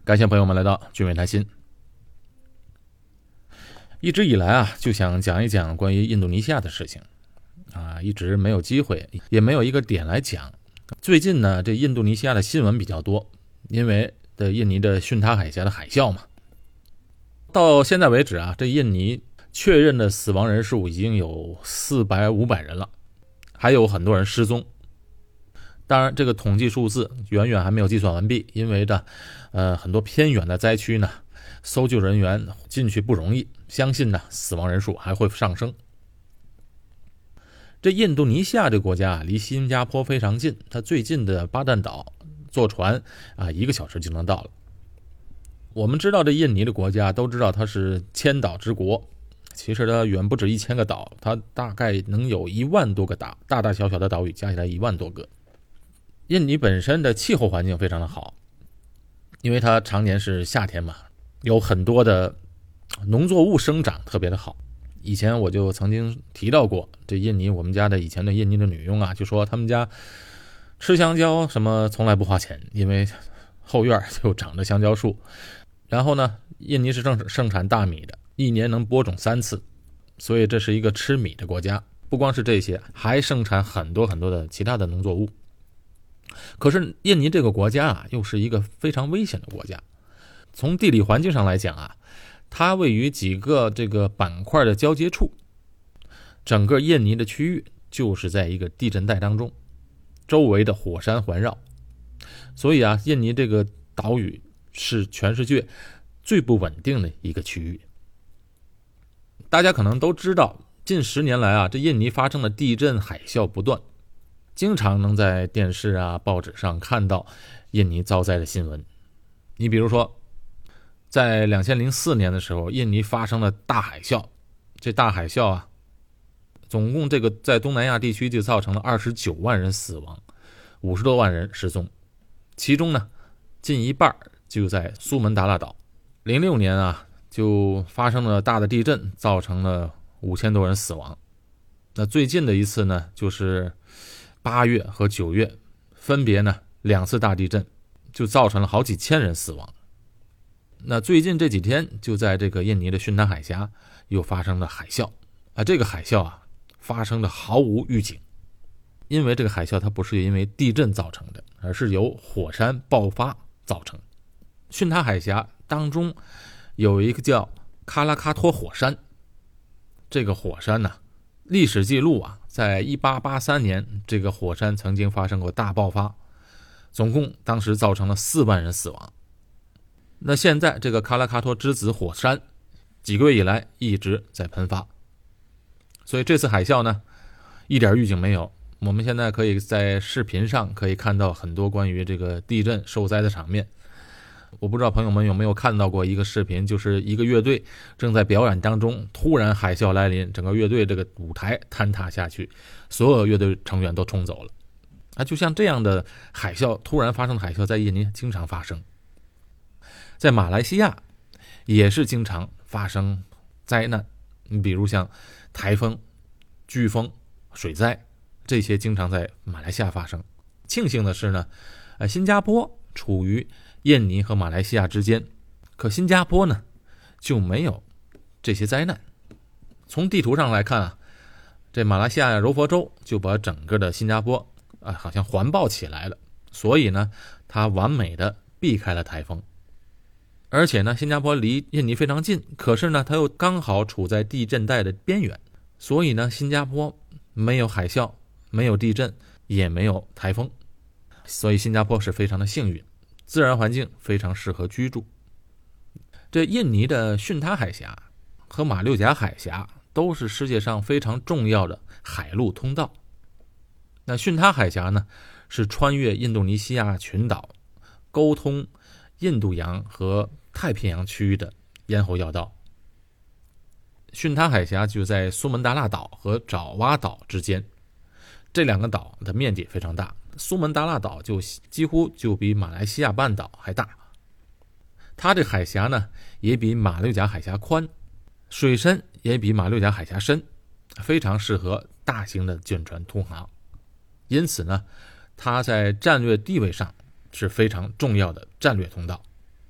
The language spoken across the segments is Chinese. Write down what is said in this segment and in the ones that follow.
感谢朋友们来到俊伟谈心。一直以来就想讲一讲关于印度尼西亚的事情一直没有机会，也没有一个点来讲。最近呢，这印度尼西亚的新闻比较多，因为印尼的巽他海峡的海啸嘛。到现在为止这印尼确认的死亡人数已经有400-500人了，还有很多人失踪。当然这个统计数字远远还没有计算完毕，因为很多偏远的灾区呢，搜救人员进去不容易，相信呢死亡人数还会上升。这印度尼西亚这个国家离新加坡非常近，它最近的巴旦岛坐船1个小时就能到了。我们知道这印尼的国家都知道它是千岛之国，其实它远不止1000个岛，它大概能有1万多个岛，大大小小的岛屿加起来1万多个。印尼本身的气候环境非常的好，因为它常年是夏天嘛，有很多的农作物生长特别的好。以前我就曾经提到过，这印尼我们家的以前的印尼的女佣就说他们家吃香蕉什么从来不花钱，因为后院就长着香蕉树。然后呢，印尼是盛产大米的，一年能播种3次，所以这是一个吃米的国家。不光是这些，还盛产很多很多的其他的农作物。可是印尼这个国家又是一个非常危险的国家。从地理环境上来讲它位于几个这个板块的交接处，整个印尼的区域就是在一个地震带当中，周围的火山环绕，所以印尼这个岛屿是全世界最不稳定的一个区域。大家可能都知道，近10年来这印尼发生的地震海啸不断，经常能在电视报纸上看到印尼遭灾的新闻。你比如说在2004年的时候，印尼发生了大海啸，这大海啸总共这个在东南亚地区就造成了29万人死亡，50多万人失踪，其中呢近一半就在苏门答腊岛。06年就发生了大的地震，造成了5000多人死亡。那最近的一次呢，就是8月和9月分别呢2次大地震，就造成了好几千人死亡。那最近这几天就在这个印尼的巽他海峡又发生了海啸这个海啸发生的毫无预警，因为这个海啸它不是因为地震造成的，而是由火山爆发造成。巽他海峡当中有一个叫喀拉喀托火山，这个火山历史记录在1883年这个火山曾经发生过大爆发，总共当时造成了4万人死亡。那现在这个喀拉喀托之子火山几个月以来一直在喷发，所以这次海啸呢一点预警没有。我们现在可以在视频上可以看到很多关于这个地震受灾的场面。我不知道朋友们有没有看到过一个视频，就是一个乐队正在表演当中，突然海啸来临，整个乐队这个舞台坍塌下去，所有乐队成员都冲走了就像这样的海啸，突然发生的海啸在印尼经常发生。在马来西亚也是经常发生灾难，你比如像台风、飓风、水灾，这些经常在马来西亚发生。庆幸的是呢，新加坡处于印尼和马来西亚之间，可新加坡呢就没有这些灾难。从地图上来看这马来西亚柔佛州就把整个的新加坡好像环抱起来了，所以呢它完美的避开了台风。而且呢新加坡离印尼非常近，可是呢它又刚好处在地震带的边缘，所以呢新加坡没有海啸，没有地震，也没有台风，所以新加坡是非常的幸运，自然环境非常适合居住。这印尼的巽他海峡和马六甲海峡都是世界上非常重要的海陆通道。那巽他海峡呢是穿越印度尼西亚群岛，沟通印度洋和太平洋区域的咽喉要道。巽他海峡就在苏门答腊岛和爪哇岛之间，这2个岛的面积非常大，苏门答腊岛就几乎就比马来西亚半岛还大。它这海峡呢也比马六甲海峡宽，水深也比马六甲海峡深，非常适合大型的舰船通航。因此呢它在战略地位上是非常重要的战略通道。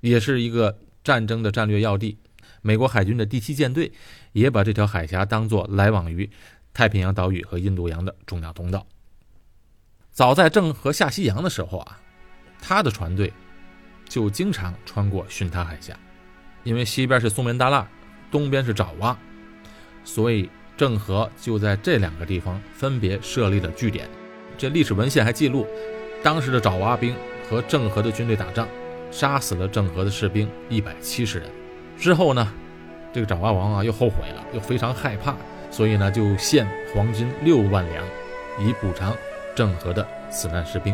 也是一个战争的战略要地。美国海军的第7舰队也把这条海峡当作来往于太平洋岛屿和印度洋的重要通道。早在郑和下西洋的时候啊，他的船队就经常穿过巽他海峡，因为西边是苏门答腊，东边是爪哇，所以郑和就在这2个地方分别设立了据点。这历史文献还记录，当时的爪哇兵和郑和的军队打仗，杀死了郑和的士兵170人。之后呢，这个爪哇王啊又后悔了，又非常害怕，所以呢就献黄金6万两，以补偿郑和的死难士兵。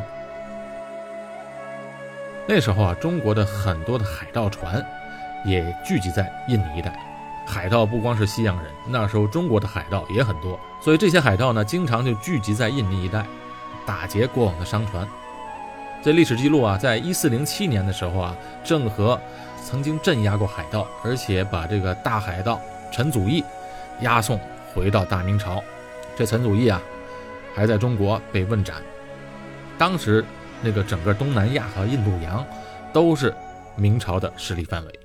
那时候啊，中国的很多的海盗船也聚集在印尼一带。海盗不光是西洋人，那时候中国的海盗也很多，所以这些海盗呢，经常就聚集在印尼一带，打劫过往的商船。这历史记录啊，在1407年的时候啊，郑和曾经镇压过海盗，而且把这个大海盗陈祖义押送回到大明朝。这陈祖义啊，还在中国被问斩。当时那个整个东南亚和印度洋都是明朝的势力范围。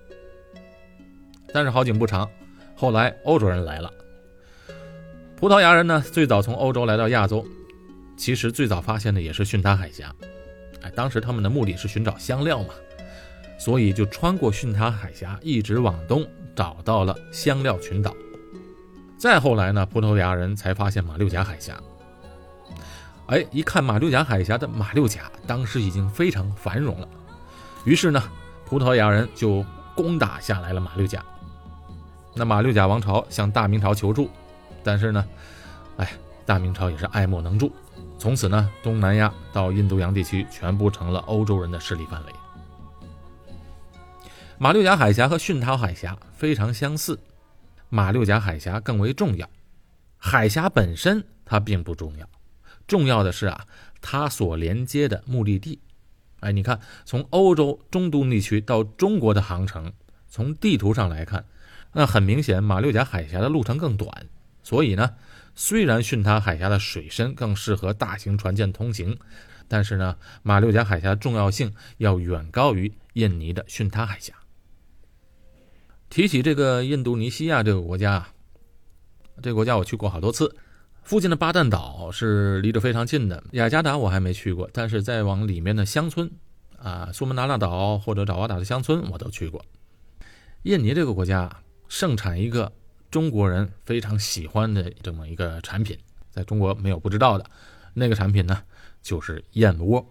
但是好景不长，后来欧洲人来了。葡萄牙人呢，最早从欧洲来到亚洲，其实最早发现的也是巽他海峡。当时他们的目的是寻找香料嘛，所以就穿过巽他海峡，一直往东找到了香料群岛。再后来呢，葡萄牙人才发现马六甲海峡。一看马六甲海峡的马六甲，当时已经非常繁荣了，于是呢，葡萄牙人就攻打下来了马六甲。那马六甲王朝向大明朝求助，但是呢，大明朝也是爱莫能助。从此呢，东南亚到印度洋地区全部成了欧洲人的势力范围。马六甲海峡和巽他海峡非常相似，马六甲海峡更为重要。海峡本身它并不重要，重要的是啊，它所连接的目的地。你看，从欧洲中东地区到中国的航程，从地图上来看，那很明显马六甲海峡的路程更短。所以呢，虽然巽他海峡的水深更适合大型船舰通行，但是呢，马六甲海峡的重要性要远高于印尼的巽他海峡。提起这个印度尼西亚这个国家，我去过好多次。附近的巴旦岛是离得非常近的，雅加达我还没去过，但是再往里面的乡村苏门答腊岛或者爪哇岛的乡村我都去过。印尼这个国家盛产一个中国人非常喜欢的这么一个产品，在中国没有不知道的，那个产品呢，就是燕窝。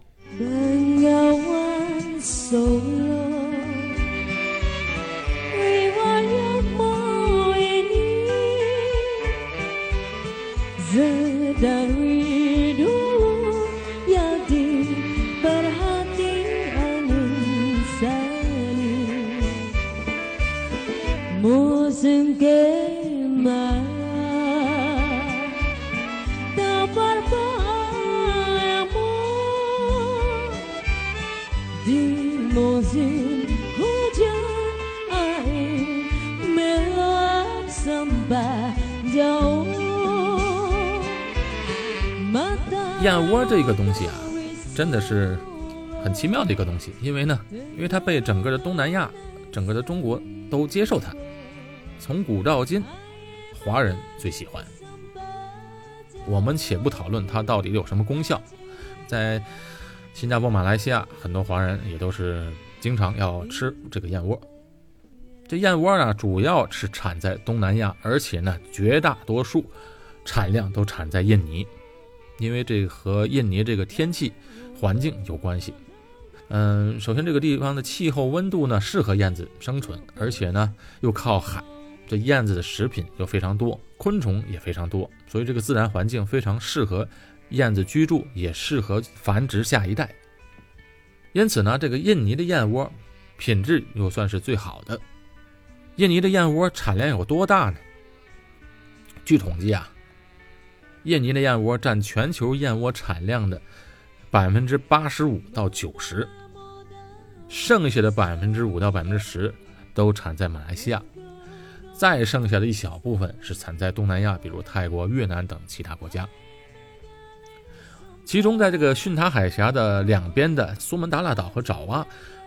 燕窝这个东西啊，真的是很奇妙的一个东西，因为它被整个的东南亚、整个的中国都接受它，从古到今，华人最喜欢。我们且不讨论它到底有什么功效，在新加坡、马来西亚，很多华人也都是经常要吃这个燕窝。这燕窝呢，主要是产在东南亚，而且呢，绝大多数产量都产在印尼。因为这和印尼这个天气环境有关系。首先这个地方的气候温度呢适合燕子生存，而且呢又靠海，这燕子的食品又非常多，昆虫也非常多，所以这个自然环境非常适合燕子居住，也适合繁殖下一代。因此呢，这个印尼的燕窝品质又算是最好的。印尼的燕窝产量有多大呢？据统计啊，印尼的燕窝占全球燕窝产量的85%到90%，剩下的5%到10%都产在马来西亚，再剩下的一小部分是产在东南亚，比如泰国、越南等其他国家。其中在这个巽他海峡的两边的苏门答腊岛和爪哇，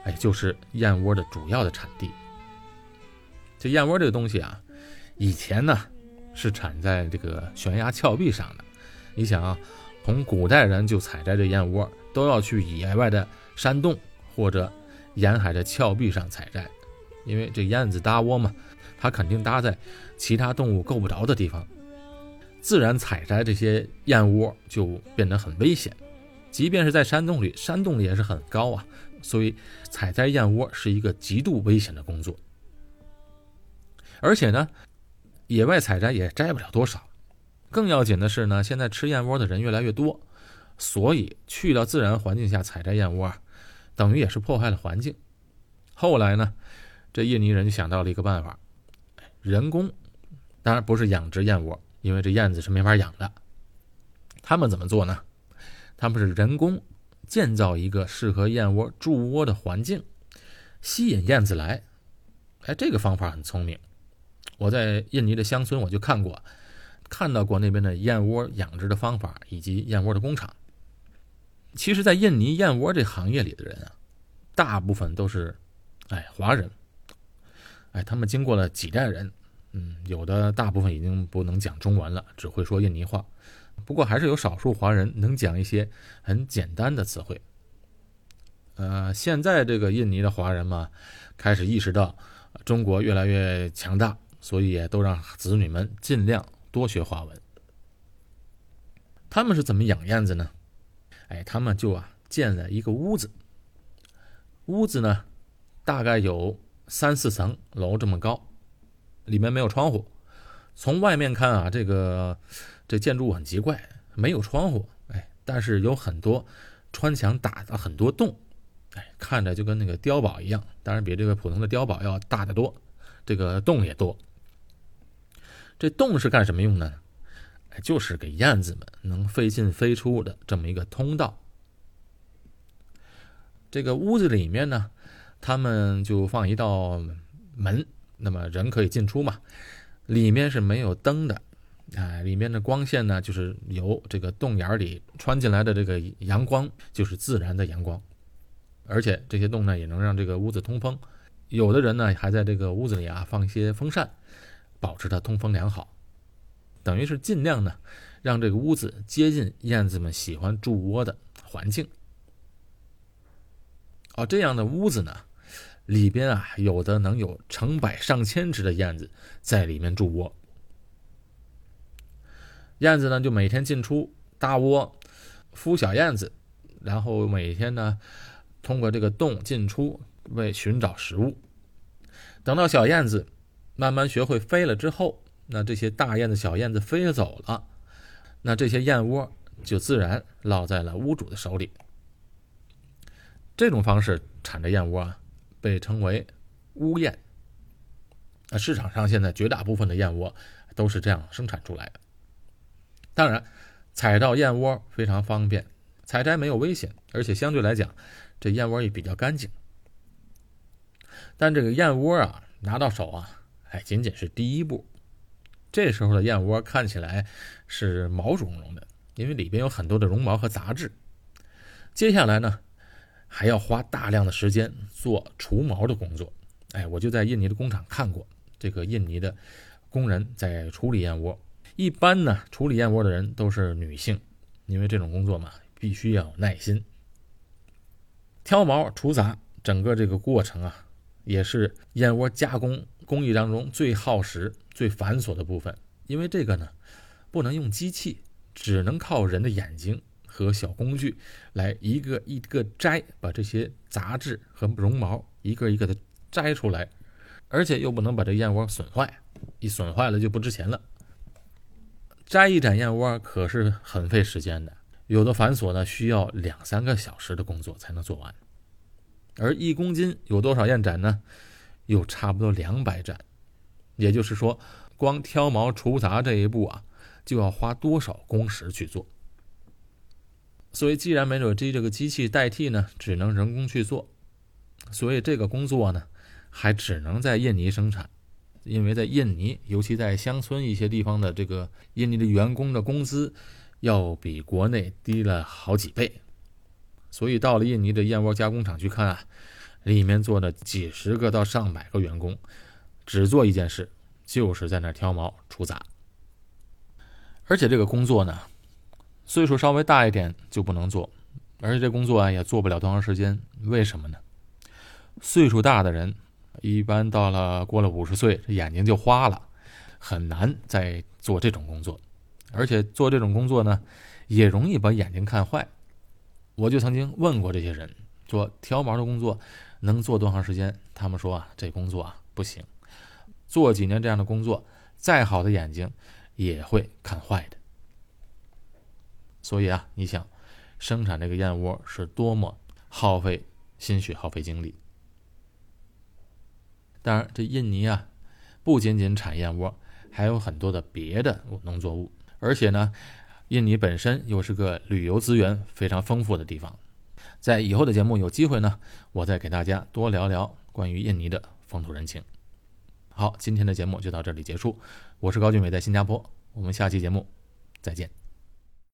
就是燕窝的主要的产地。这燕窝这个东西啊，以前呢是产在这个悬崖峭壁上的。你想啊，从古代人就采摘这燕窝，都要去野外的山洞或者沿海的峭壁上采摘，因为这燕子搭窝嘛，它肯定搭在其他动物够不着的地方，自然采摘这些燕窝就变得很危险。即便是在山洞里，山洞里也是很高啊，所以采摘燕窝是一个极度危险的工作。而且呢，野外采摘也摘不了多少。更要紧的是呢，现在吃燕窝的人越来越多，所以去到自然环境下采摘燕窝，等于也是破坏了环境。后来呢，这印尼人就想到了一个办法，人工，当然不是养殖燕窝，因为这燕子是没法养的。他们怎么做呢？他们是人工建造一个适合燕窝筑窝的环境，吸引燕子来。这个方法很聪明。我在印尼的乡村我就看到过那边的燕窝养殖的方法以及燕窝的工厂。其实在印尼燕窝这行业里的人啊，大部分都是华人。他们经过了几代人，有的大部分已经不能讲中文了，只会说印尼话。不过还是有少数华人能讲一些很简单的词汇。现在这个印尼的华人嘛，开始意识到中国越来越强大，所以也都让子女们尽量多学华文。他们是怎么养燕子呢？他们就建了一个屋子，屋子呢大概有3-4层楼这么高，里面没有窗户。从外面看这建筑物很奇怪，没有窗户，但是有很多穿墙打的很多洞，看着就跟那个碉堡一样，当然比这个普通的碉堡要大得多，这个洞也多。这洞是干什么用呢？就是给燕子们能飞进飞出的这么一个通道。这个屋子里面呢，他们就放一道门，那么人可以进出嘛。里面是没有灯的，里面的光线呢，就是由这个洞眼里穿进来的这个阳光，就是自然的阳光。而且这些洞呢，也能让这个屋子通风。有的人呢，还在这个屋子里放一些风扇，保持它通风良好。等于是尽量呢，让这个屋子接近燕子们喜欢筑窝的环境。这样的屋子呢，里边有的能有成百上千只的燕子在里面筑窝。燕子呢就每天进出搭窝孵小燕子，然后每天呢通过这个洞进出为寻找食物。等到小燕子慢慢学会飞了之后，那这些大燕子小燕子飞走了，那这些燕窝就自然落在了屋主的手里。这种方式产的燕窝被称为屋燕。市场上现在绝大部分的燕窝都是这样生产出来的。当然，采到燕窝非常方便，采摘没有危险，而且相对来讲，这燕窝也比较干净。但这个燕窝拿到手仅仅是第一步。这时候的燕窝看起来是毛茸茸的，因为里边有很多的绒毛和杂质。接下来呢，还要花大量的时间做除毛的工作。我就在印尼的工厂看过，这个印尼的工人在处理燕窝。一般呢，处理燕窝的人都是女性，因为这种工作嘛，必须要有耐心。挑毛除杂，整个这个过程也是燕窝加工工艺当中最耗时最繁琐的部分。因为这个呢，不能用机器，只能靠人的眼睛和小工具来一个一个摘，把这些杂质和绒毛一个一个的摘出来，而且又不能把这燕窝损坏，一损坏了就不值钱了。摘一盏燕窝可是很费时间的，有的繁琐呢需要2-3个小时的工作才能做完。而1公斤有多少燕盏呢？有差不多200盏。也就是说，光挑毛除杂这一步就要花多少工时去做。所以既然没有这个机器代替呢，只能人工去做。所以这个工作呢，还只能在印尼生产。因为在印尼，尤其在乡村一些地方的这个印尼的员工的工资要比国内低了好几倍。所以到了印尼的燕窝加工厂去看里面坐着几十个到上百个员工，只做一件事，就是在那挑毛除杂。而且这个工作呢，岁数稍微大一点就不能做，而且这工作也做不了多长时间。为什么呢？岁数大的人一般过了50岁，这眼睛就花了，很难再做这种工作。而且做这种工作呢，也容易把眼睛看坏。我就曾经问过这些人，说挑毛的工作能做多长时间？他们说这工作不行，做几年这样的工作，再好的眼睛也会看坏的。所以你想生产这个燕窝是多么耗费心血、耗费精力。当然，这印尼不仅仅产燕窝，还有很多的别的农作物，而且呢，印尼本身又是个旅游资源非常丰富的地方。在以后的节目有机会呢，我再给大家多聊聊关于印尼的风土人情。好，今天的节目就到这里结束，我是高俊伟，在新加坡，我们下期节目再见。